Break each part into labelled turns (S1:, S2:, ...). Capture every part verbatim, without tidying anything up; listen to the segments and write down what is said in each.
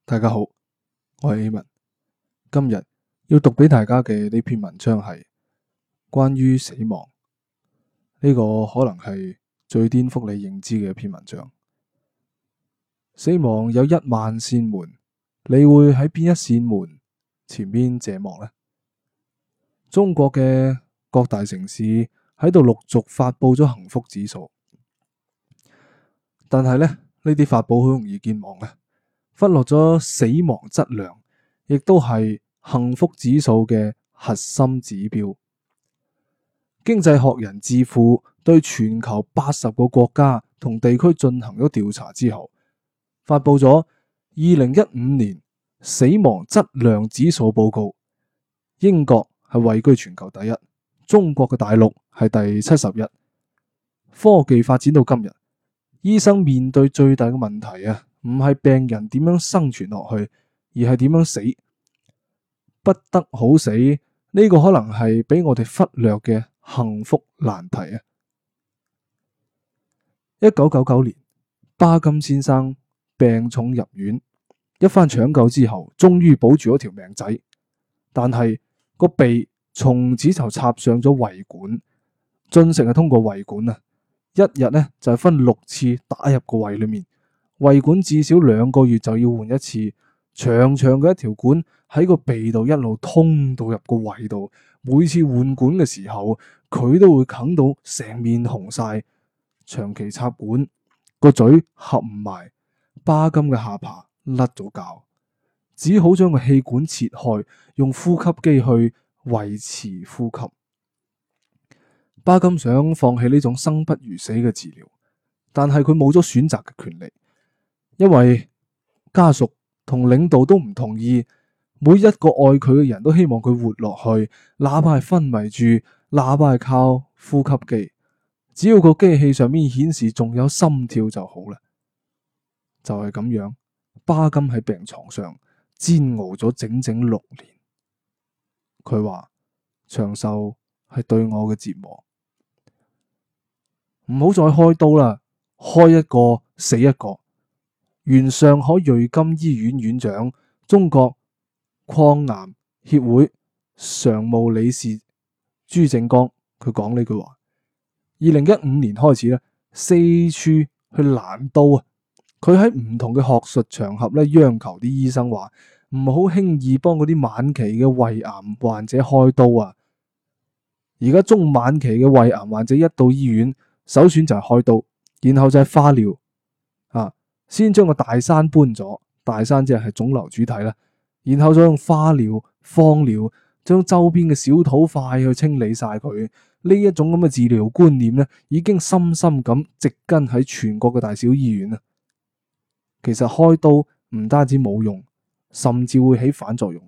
S1: 大家好，我係 A 文，今日要讀俾大家嘅呢篇文章係關於死亡，呢個可能係最顛覆你認知嘅一篇文章。死亡有一萬扇門，你會喺邊一扇門前面謝幕呢？中國嘅各大城市喺度陸續發佈咗幸福指數，但係呢，呢啲發佈好容易健忘嘅。忽略咗死亡質量，亦都係幸福指數嘅核心指標。經濟學人智庫對全球八十個國家同地區進行咗調查之後，發佈咗二零一五年死亡質量指數報告。英國係位居全球第一，中國嘅大陸係第七十一。科技發展到今日，醫生面對最大嘅問題啊，唔係病人點樣生存落去，而係點樣死。不得好死，呢個可能係俾我哋忽略嘅幸福難題啊！一九九九年，巴金先生病重入院，一番搶救之後，終於保住咗條命仔。但係個鼻從此就插上咗胃管，進食係通過胃管啊，一日呢就係分六次打入個胃裏面。胃管至少兩個月就要換一次，長長嘅一條管喺個鼻度一路通到入個胃度。每次換管嘅時候，佢都會啃到成面紅晒。長期插管，個嘴合唔埋，巴金嘅下巴甩咗臼，只好將個氣管切開，用呼吸機去維持呼吸。巴金想放棄呢種生不如死嘅治療，但係佢冇咗選擇嘅權利。因為家屬同領導都唔同意，每一個愛佢嘅人都希望佢活落去，哪怕係昏迷住，哪怕係靠呼吸機，只要個機器上面顯示仲有心跳就好啦。就係咁樣，巴金喺病床上煎熬咗整整六年。佢話長壽係對我嘅折磨，唔好再開刀啦，開一個死一個。原上海瑞金醫院院長、中國抗癌協會常務理事朱正剛，佢講呢句話。二零一五年開始咧，四處去攔刀啊！佢喺唔同嘅學術場合咧，央求啲醫生話唔好輕易幫嗰啲晚期嘅胃癌患者開刀啊！而家中晚期嘅胃癌患者一到醫院，首選就係開刀，然後就係化療啊。先將個大山搬咗，大山即係腫瘤主體啦，然後再用化療、放療將周邊嘅小土塊去清理晒佢。呢一種咁嘅治療觀念咧，已經深深咁植根喺全國嘅大小醫院啦。其實開刀唔單止冇用，甚至會起反作用。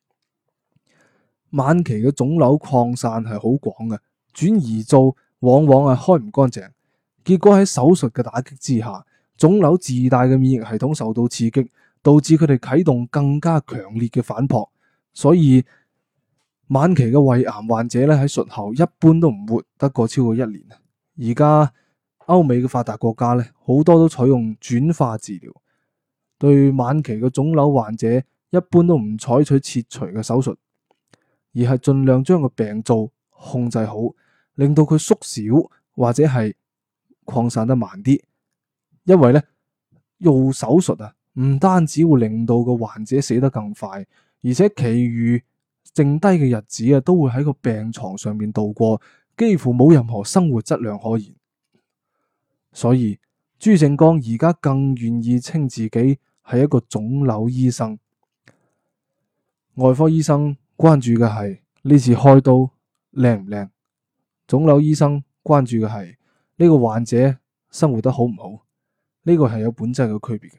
S1: 晚期嘅腫瘤擴散係好廣嘅，轉移灶往往係開唔乾淨，結果喺手術嘅打擊之下，腫瘤自帶嘅免疫系統受到刺激，導致佢哋啟動更加強烈嘅反撲。所以晚期嘅胃癌患者咧，喺術後一般都唔活得過超過一年。而家歐美嘅發達國家咧，好多都採用轉化治療，對晚期嘅腫瘤患者一般都唔採取切除嘅手術，而係盡量將個病灶控制好，令到佢縮小或者係擴散得慢啲。因為咧，做手術啊，唔單止會令到個患者死得更快，而且其餘剩低嘅日子啊，都會喺個病床上面度過，幾乎冇任何生活質量可言。所以朱正剛而家更願意稱自己係一個腫瘤醫生。外科醫生關注嘅係呢次開刀靚唔靚，腫瘤醫生關注嘅係呢個患者生活得好唔好。呢個係有本質嘅區別嘅。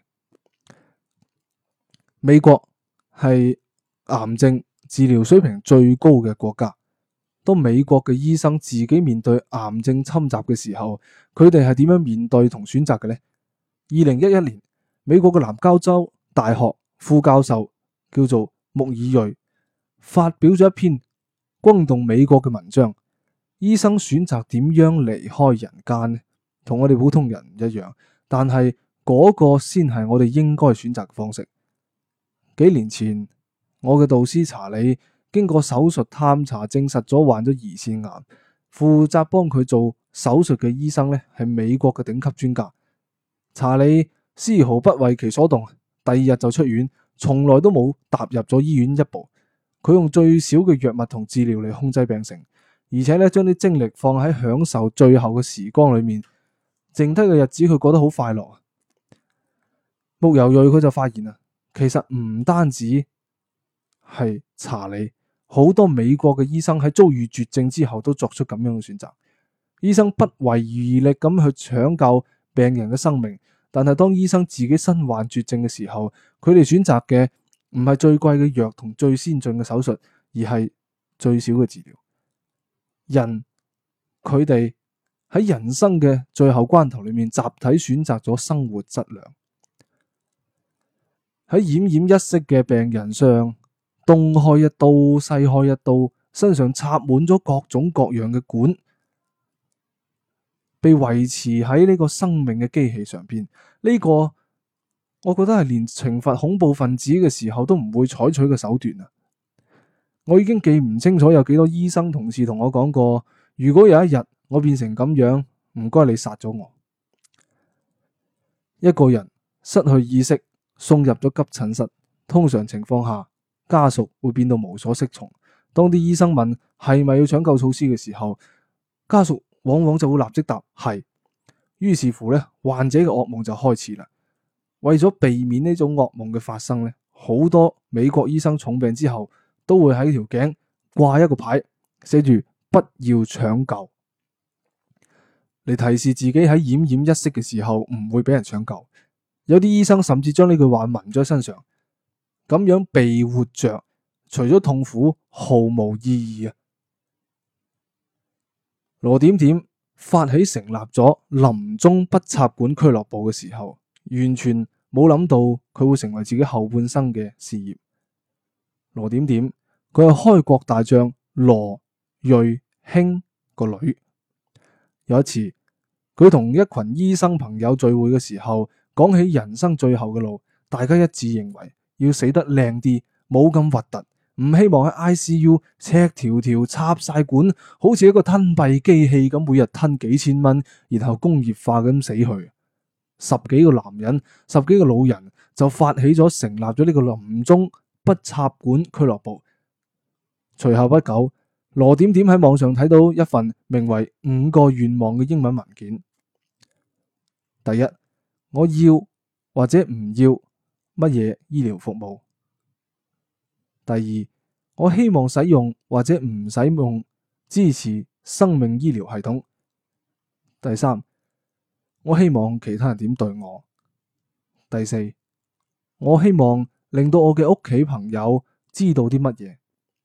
S1: 美國係癌症治療水平最高嘅國家。當美國嘅醫生自己面對癌症侵襲嘅時候，佢哋係點樣面對同選擇嘅呢？二零一一年，美國嘅南加州大學副教授叫做穆爾瑞發表咗一篇轟動美國嘅文章。醫生選擇點樣離開人間呢？同我哋普通人一樣。但係嗰個先係我哋應該選擇嘅方式。 幾年前，我嘅導師查理經過手術探查，證實咗患咗胰腺癌。負責幫佢做手術嘅醫生呢，係美國嘅頂級專家。查理絲毫不為其所動，第二日就出院，從來都冇踏入咗醫院一步。佢用最少嘅藥物同治療嚟控制病情，而且咧將啲精力放喺享受最後嘅時光裏面。剩低嘅日子佢過得好快樂。穆尤瑞佢就發現啦，其實唔單止係查理，好多美國嘅醫生喺遭遇絕症之後都作出咁樣嘅選擇。醫生不遺餘力咁去搶救病人嘅生命，但係當醫生自己身患絕症嘅時候，佢哋選擇嘅唔係最貴嘅藥同最先進嘅手術，而係最少嘅治療。人佢哋喺人生嘅最後關頭裏面，集體選擇咗生活質量。喺奄奄一息嘅病人上，東開一刀西開一刀，身上插滿咗各種各樣嘅管，被維持喺呢個生命嘅機器上邊。呢個我覺得係連懲罰恐怖分子嘅時候都唔會採取嘅手段啊！我已經記唔清楚有幾多醫生同事同我講過，如果有一日我變成咁樣，唔該你殺咗我。一個人失去意識，送入咗急診室，通常情況下，家屬會變到無所適從。當啲醫生問係咪要搶救措施嘅時候，家屬往往就會立即答係。於是乎咧，患者嘅噩夢就開始啦。為咗避免呢種噩夢嘅發生咧，好多美國醫生重病之後都會喺條頸掛一個牌，寫住不要搶救，嚟提示自己喺奄奄一息嘅時候唔會俾人搶救。有啲醫生甚至將呢句話紋咗喺身上，咁樣被活着，除咗痛苦，毫無意義啊！羅點點發起成立咗臨終不插管俱樂部嘅時候，完全冇諗到佢會成為自己後半生嘅事業。羅點點佢係開國大將羅瑞卿個女。有一次佢同一群醫生朋友聚會嘅時候，講起人生最後嘅路，大家一致認為要死得靚啲，冇咁核突，唔希望喺 I C U 赤條條插晒管，好似一個吞閉機器咁，每日吞幾千蚊，然後工業化咁死去。十幾個男人，十幾個老人就發起咗成立咗呢個臨終不插管俱樂部。隨後不久，羅點點喺網上睇到一份名為五個願望嘅英文文件。第一，我要或者唔要乜嘢醫療服務。第二，我希望使用或者唔使用支持生命醫療系統。第三，我希望其他人點對我。第四，我希望令到我嘅屋企朋友知道啲乜嘢。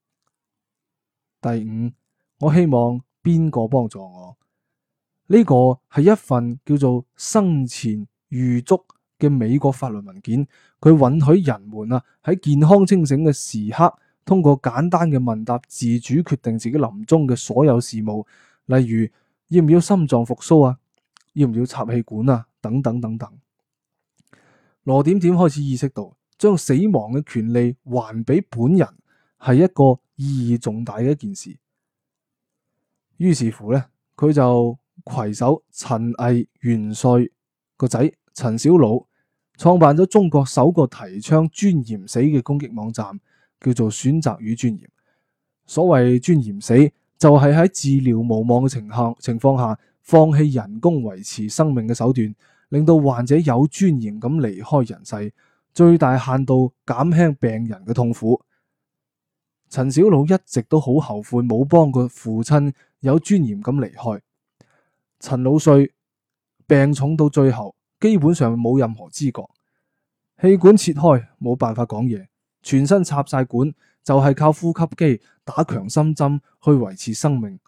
S1: 第五，我希望邊個幫助我。呢個係一份叫做生前預囑嘅美國法律文件，佢允許人們啊喺健康清醒嘅時刻，通過簡單嘅問答自主決定自己臨終嘅所有事務，例如要唔要心臟復甦啊，要唔要插氣管啊，等等等等。羅點點開始意識到，將死亡嘅權利還俾本人係一個意義重大嘅一件事。於是乎咧，佢就攜手陳毅元帥個仔陳小魯，創辦咗中國首個提倡尊嚴死嘅公益網站，叫做選擇與尊嚴。所謂尊嚴死，就係喺治療無望嘅情況情況下，放棄人工維持生命嘅手段，令到患者有尊嚴咁離開人世，最大限度減輕病人嘅痛苦。陳小魯一直都好後悔冇幫個父親有尊嚴咁離開。陳老帥病重到最後，基本上冇任何知覺，氣管切開，冇辦法講嘢，全身插晒管，就係靠呼吸機打強心針去維持生命。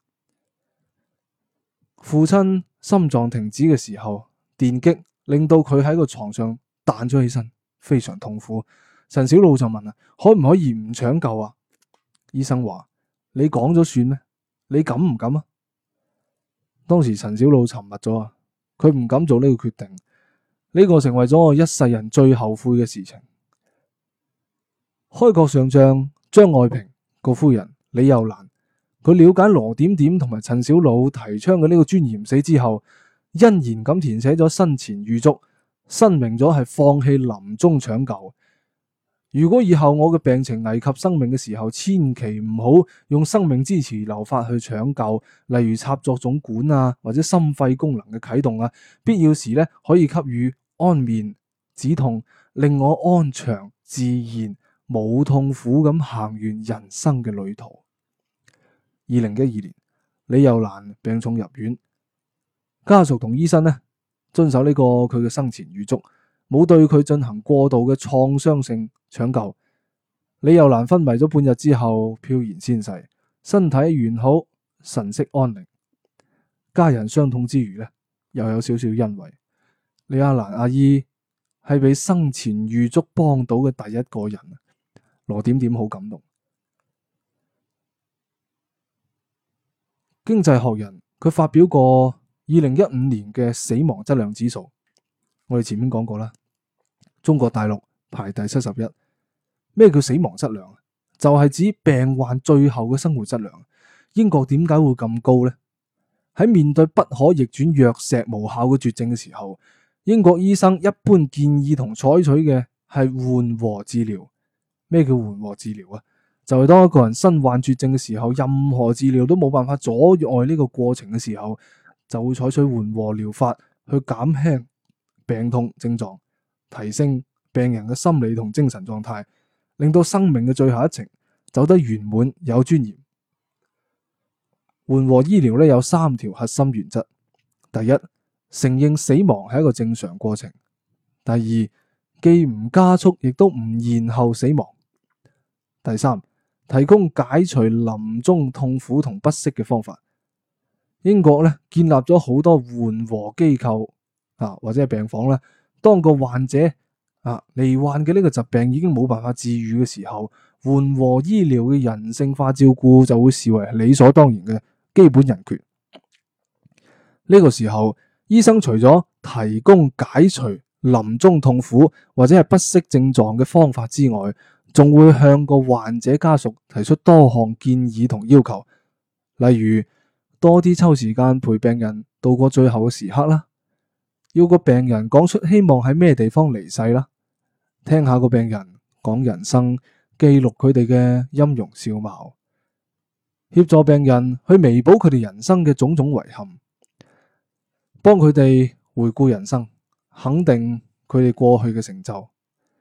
S1: 父親心臟停止嘅時候，電擊令到佢喺個床上彈咗起身，非常痛苦。陳小魯就問啦：可唔可以唔搶救啊？醫生話：你講咗算咩？你敢唔敢啊？當時陳小魯沉默咗啊，佢唔敢做呢個決定。呢個成為咗我一世人最後悔嘅事情。 開國上將張愛萍個夫人李幼蘭，佢了解羅點點同埋陳小魯提倡嘅呢個尊嚴死之後，欣然咁填寫咗生前預囑，申明咗係放棄臨終搶救。如果以後我嘅病情危及生命嘅時候，千祈唔好用生命支持療法去搶救，例如插作總管啊，或者心肺功能嘅啟動啊，必要時咧可以給予安眠止痛，令我安詳自然冇痛苦咁行完人生嘅旅途。二零一二年，李幼蘭病重入院，家屬同醫生呢遵守呢個佢嘅生前預囑，冇對佢進行過度嘅創傷性搶救。李幼蘭昏迷咗半日之後飄然仙逝，身體完好，神色安寧。家人傷痛之餘呢，又有少少欣慰。李幼蘭阿姨係被生前預囑幫到嘅第一個人。羅點點好感動。經濟學人佢發表過二零一五年嘅死亡質量指數，我哋前面講過啦，中國大陸排第七十一。咩叫死亡質量？就係指病患最後嘅生活質量。英國點解會咁高呢？喺面對不可逆轉藥石無效嘅絕症嘅時候，英國醫生一般建議同採取嘅係緩和治療。咩叫緩和治療啊？就係當一個人身患絕症嘅時候，任何治療都冇辦法阻礙呢個過程嘅時候，就會採取緩和療法去減輕病痛症狀，提升病人嘅心理同精神狀態，令到生命嘅最後一程走得圓滿有尊嚴。緩和醫療咧有三條核心原則：第一，承認死亡係一個正常過程；第二，既唔加速亦都唔延後死亡；第三，提供解除臨終痛苦同不適嘅方法。英國咧建立咗好多緩和機構啊，或者係病房啦。當個患者啊罹患嘅呢個疾病已經冇辦法治愈嘅時候，緩和醫療嘅人性化照顧就會視為理所當然嘅基本人權。呢個時候，醫生除咗提供解除臨終痛苦或者係不適症狀嘅方法之外，仲會向個患者家屬提出多項建議同要求，例如多啲抽時間陪病人度過最後嘅時刻啦，要個病人講出希望喺咩地方離世啦，聽下個病人講人生，記錄佢哋嘅音容笑貌，協助病人去彌補佢哋人生嘅種種遺憾，幫佢哋回顧人生，肯定佢哋過去嘅成就。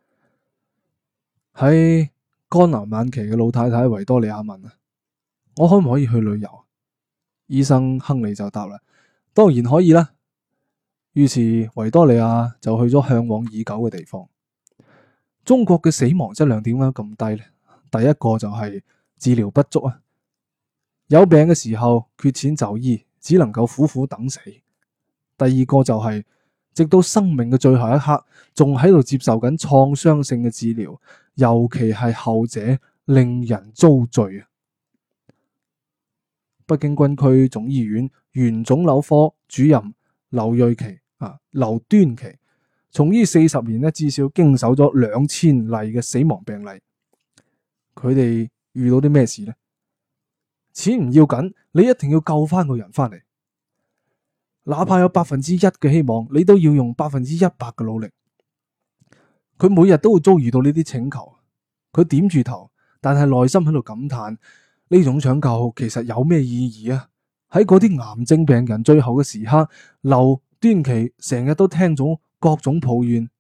S1: 喺肝癌晚期嘅老太太維多利亞問啊，我可唔可以去旅遊？醫生亨利就答啦，當然可以啦。於是維多利亞就去咗向往已久嘅地方。中國嘅死亡質量點解咁低呢？第一個就係治療不足啊，有病嘅時候缺錢就醫，只能夠苦苦等死。第二個就係直到生命嘅最後一刻，仲喺度接受緊創傷性嘅治療，尤其係後者令人遭罪啊！北京軍區總醫院原腫瘤科主任劉瑞奇啊，劉端奇，從醫四十年咧，至少經手咗兩千例嘅死亡病例。佢哋遇到啲咩事呢？錢唔要緊，你一定要救翻個人翻嚟，哪怕有百分之一嘅希望，你都要用百分之一百嘅努力。佢每日都會遭遇到呢啲請求，佢點住頭，但係內心喺度感嘆，呢種搶救其實有咩意義啊？喺嗰啲癌症病人最後嘅時刻，劉端奇成日都聽咗各種抱怨。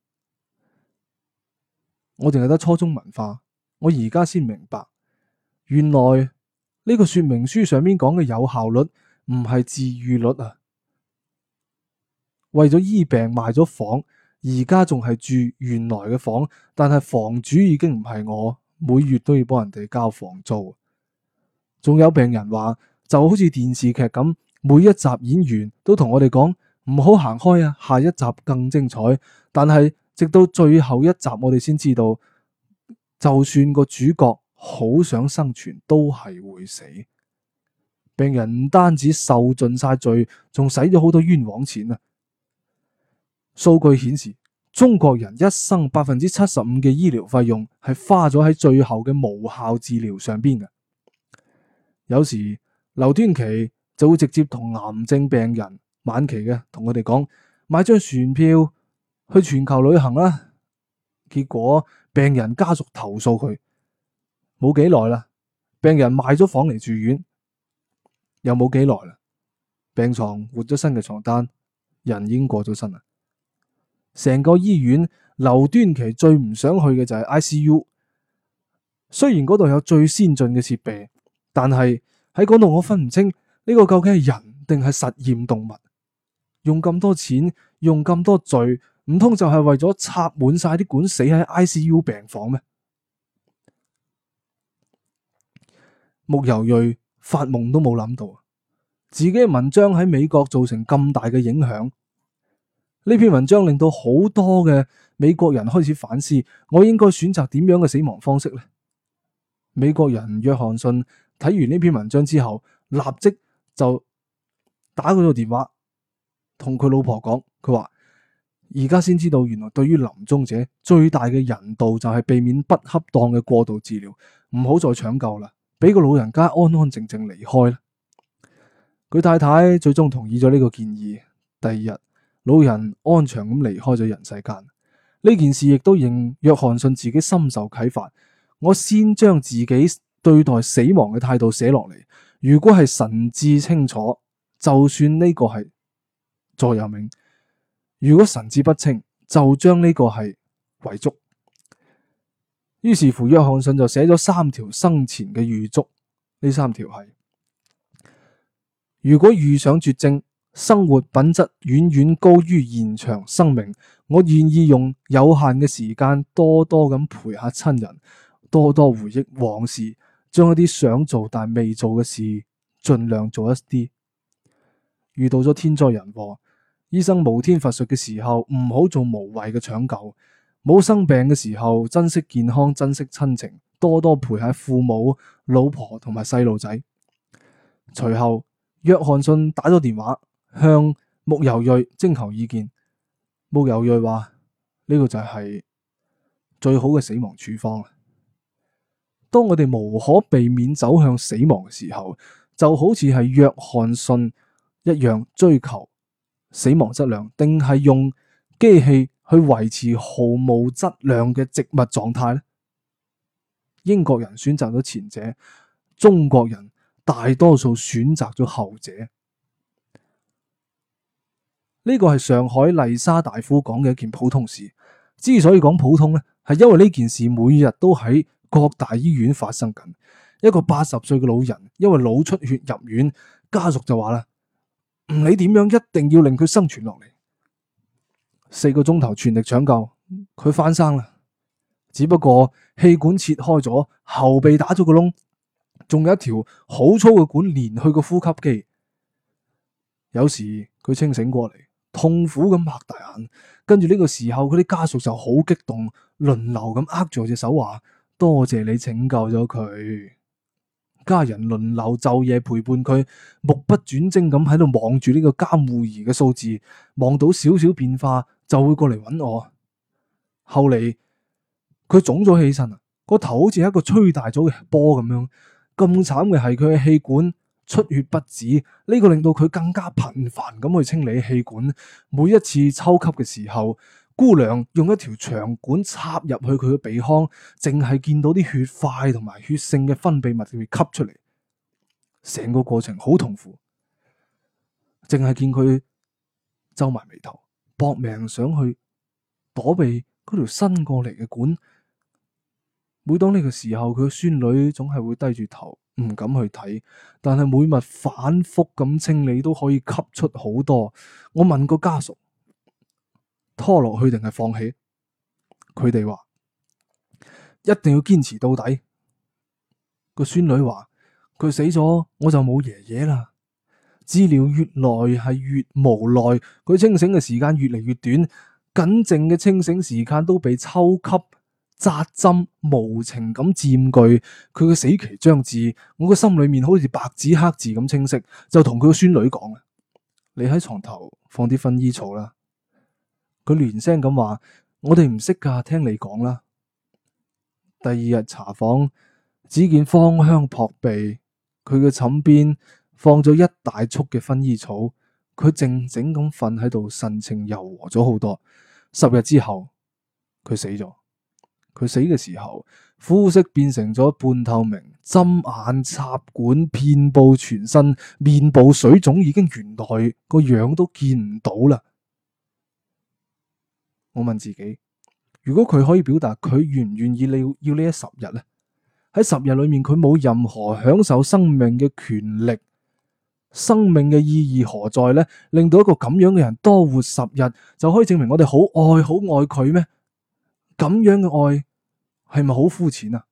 S1: 我淨係得初中文化，我而家先明白，原來呢個說明書上面講嘅有效率唔係治愈率啊！為咗醫病賣咗房，而家仲係住原來嘅房，但係房主已經唔係我，每月都要幫人哋交房租。仲有病人話，就好似電視劇咁，每一集演員都同我哋講唔好行開啊，下一集更精彩。但係直到最後一集，我哋先知道，就算個主角好想生存，都係會死。病人唔單止受盡晒罪，仲使咗好多冤枉錢啊！數據顯示， 中國人一生百分之七十五嘅醫療費用係花咗喺最後嘅無效治療上邊嘅。有時劉端奇就會直接同癌症病人晚期嘅同佢哋講，買張船票去全球旅行啦。結果病人家屬投訴佢，冇幾耐啦，病人買咗房嚟住院，又冇幾耐啦，病床換咗新嘅床單，人已經過咗身啦。成個醫院劉端奇最唔想去嘅就係 I C U， 雖然嗰度有最先進嘅設備，但係喺嗰度我分唔清呢個究竟係人定係實驗動物。用咁多錢，用咁多罪，唔通就係為咗插滿晒啲管死喺 I C U 病房咩？穆尤瑞發夢都冇諗到，自己嘅文章喺美國造成咁大嘅影響。呢篇文章令到好多嘅美國人開始反思，我應該選擇點樣嘅死亡方式呢？美國人約翰遜睇完呢篇文章之後，立即就打佢個電話，同佢老婆講，佢話而家先知道，原來對於臨終者最大嘅人道就係避免不恰當嘅過度治療，唔好再搶救啦，俾個老人家安安靜靜離開啦。佢太太最終同意咗呢個建議。第二日，老人安詳咁離開咗人世間。呢件事亦都令約翰遜自己深受啟發。我先將自己對待死亡嘅態度寫落嚟，如果係神志清楚，就算呢個係座右銘；如果神志不清，就將呢個係遺囑。於是乎，約翰遜就寫咗三條生前嘅預囑。呢三條係：如果遇上絕症，生活品質遠遠高於延長生命，我願意用有限嘅時間多多咁陪下親人，多多回憶往事，將一啲想做但未做嘅事盡量做一啲。遇到咗天災人禍，醫生無天乏術嘅時候，唔好做無謂嘅搶救。冇生病嘅時候，珍惜健康，珍惜親情，多多陪下父母、老婆同埋細路仔。隨後，約翰遜打咗電話向穆尤瑞徵求意見。穆尤瑞話：呢個就係最好嘅死亡處方啦。當我哋無可避免走向死亡嘅時候，就好似係約翰遜一樣追求死亡質量，定係用機器去維持毫無質量嘅植物狀態呢？英國人選擇咗前者，中國人大多數選擇咗後者。呢個係上海麗莎大夫講嘅一件普通事。之所以講普通呢，係因為呢件事每日都喺各大醫院發生緊。一個八十歲嘅老人因為腦出血入院，家屬就話啦，唔理點樣，一定要令佢生存落嚟。四個鐘頭全力搶救，佢翻生啦。只不過氣管切開咗，後鼻打咗個窿，仲有一條好粗嘅管連去個呼吸機。有時佢清醒過嚟，痛苦咁擘大眼，跟住呢個時候，佢啲家屬就好激動，輪流咁握住隻手話：多謝你拯救咗佢。家人輪流晝夜陪伴佢，目不轉睛咁喺度望住呢個監護儀嘅數字，望到少少變化就會過嚟揾我。後嚟佢腫咗起身啊，個頭好似一個吹大咗嘅波咁樣。咁慘嘅係佢嘅氣管出血不止，呢個令到佢更加頻繁咁去清理氣管。每一次抽吸嘅時候，姑娘用一條長管插入去佢嘅鼻腔，淨係見到啲血塊同埋血性嘅分泌物會吸出嚟，成個過程好痛苦。淨係見佢皺埋眉頭，搏命想去躲避嗰條伸過嚟嘅管。每當呢個時候，佢嘅孫女總係會低住頭，唔敢去睇。但係每日反覆咁清理都可以吸出好多。我問個家屬，拖落去定係放棄？佢哋話一定要堅持到底。個孫女話佢死咗，我就冇爺爺啦。治療越來係越無奈，佢清醒嘅時間越嚟越短，僅剩嘅清醒時間都被抽吸、扎針無情咁佔據。佢嘅死期將至，我嘅心裏面好似白紙黑字咁清晰，就同佢個孫女講啊：你喺床頭放啲薰衣草啦。佢連聲咁話： 我哋唔識噶，聽你講啦。第二日查房，只見芳香撲鼻，佢嘅枕邊放咗一大束嘅薰衣草，佢靜靜咁瞓喺度，神情柔和咗好多。十日之後，佢死咗。佢死嘅時候，膚色變成咗半透明，針眼插管遍布全身，面部水腫已經原來個樣都見唔到啦。我問自己，如果佢可以表達佢願唔願意你要呢一十日呢？喺十日裏面，佢冇任何享受生命嘅權力，生命嘅意義何在呢？令到一個咁樣嘅人多活十日，就可以證明我哋好愛好愛佢咩？咁樣嘅愛係咪好膚淺啊？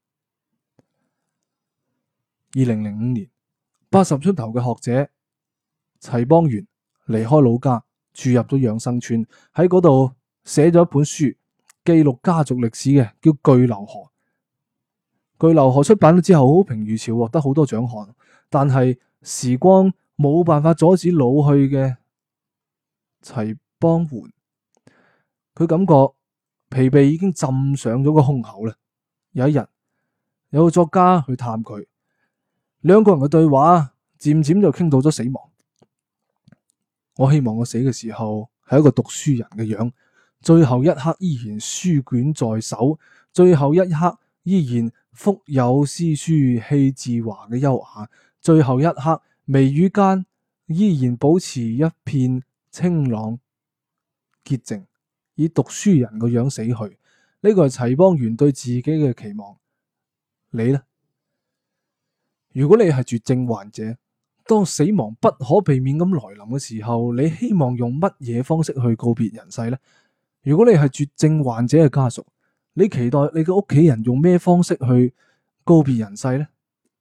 S1: 二零零五年，八十出頭嘅學者齊邦媛離開老家，住入咗養生村，喺嗰度寫咗一本書，記錄家族歷史嘅，叫《巨流河》。《巨流河》出版咗之後，好評如潮，獲得好多獎項。但係時光冇辦法阻止老去嘅齊邦媛，佢感覺疲憊已經浸上咗個胸口啦。有一日，有個作家去探佢，兩個人嘅對話漸漸就傾到咗死亡。我希望我死嘅時候係一個讀書人嘅樣，最後一刻依然書卷在手，最後一刻依然腹有詩書氣自華嘅優雅，最後一刻眉宇間依然保持一片清朗潔淨，以讀書人個樣死去。呢個係齊邦媛對自己嘅期望。你呢？如果你係絕症患者，當死亡不可避免咁來臨嘅時候，你希望用乜嘢方式去告別人世呢？如果你係絕症患者嘅家屬，你期待你嘅屋企人用咩方式去告別人世呢？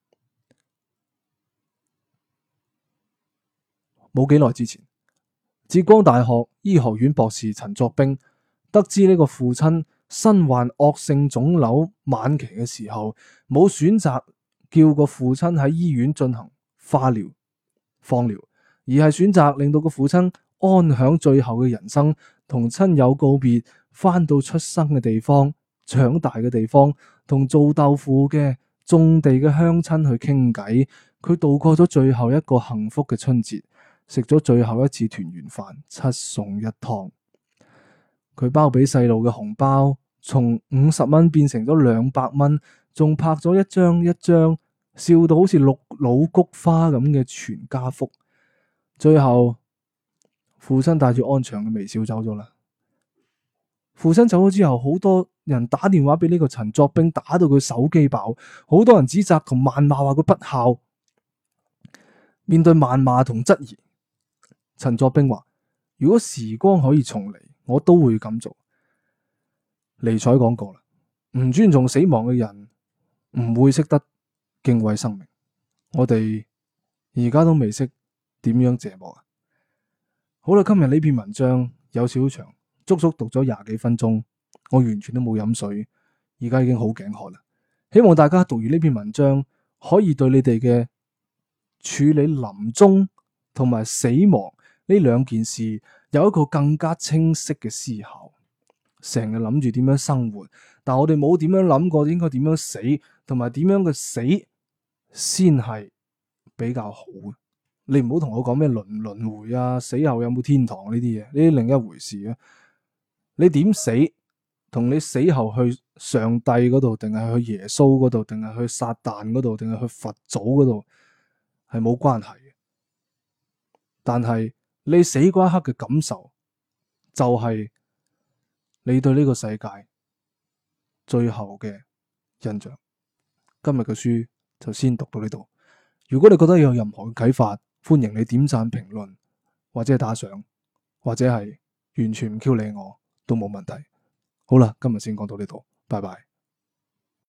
S1: 冇幾耐之前，浙江大學醫學院博士陳作兵得知呢個父親身患惡性腫瘤晚期嘅時候，冇選擇叫個父親喺醫院進行化療、放療，而係選擇令到個父親安享最後嘅人生，同親友告別，翻到出生嘅地方、長大嘅地方，同做豆腐嘅種地嘅鄉親去傾偈。佢度過咗最後一個幸福嘅春節，食咗最後一次團圓飯，七餸一湯。佢包俾細路嘅紅包從五十蚊變成咗兩百蚊，仲拍咗一張一張笑到好似六老菊花咁嘅全家福。最後父親帶住安詳嘅微笑走咗啦。父親走咗之後，好多人打電話俾呢個陳作兵，打到佢手機爆，好多人指責同謾罵話佢不孝。面對謾罵同質疑，陳作兵話：如果時光可以重嚟，我都會咁做。尼采講過啦，唔尊重死亡嘅人唔會識得敬畏生命。我哋而家都未識點樣謝幕啊！好啦，今日呢篇文章有少少長，足足讀咗廿幾分鐘，我完全都冇飲水，而家已經好頸渴啦。希望大家讀完呢篇文章，可以對你哋嘅處理臨終同埋死亡呢兩件事有一個更加清晰嘅思考。成日諗住點樣生活，但我哋冇點樣諗過應該點樣死，同埋點樣嘅死先係比較好。你唔好同我講咩輪輪迴啊，死後有冇天堂呢啲嘢，呢啲另一回事啊。你點死，同你死後去上帝嗰度，定係去耶穌嗰度，定係去撒旦嗰度，定係去佛祖嗰度，係冇關係嘅。但係你死嗰一刻嘅感受，就係你對呢個世界最後嘅印象。今日嘅書就先讀到呢度。如果你覺得有任何嘅啟發，歡迎你點讚、評論或者打賞，或者係完全唔 Q 理我都冇問題。好啦，今日先講到呢度，拜拜。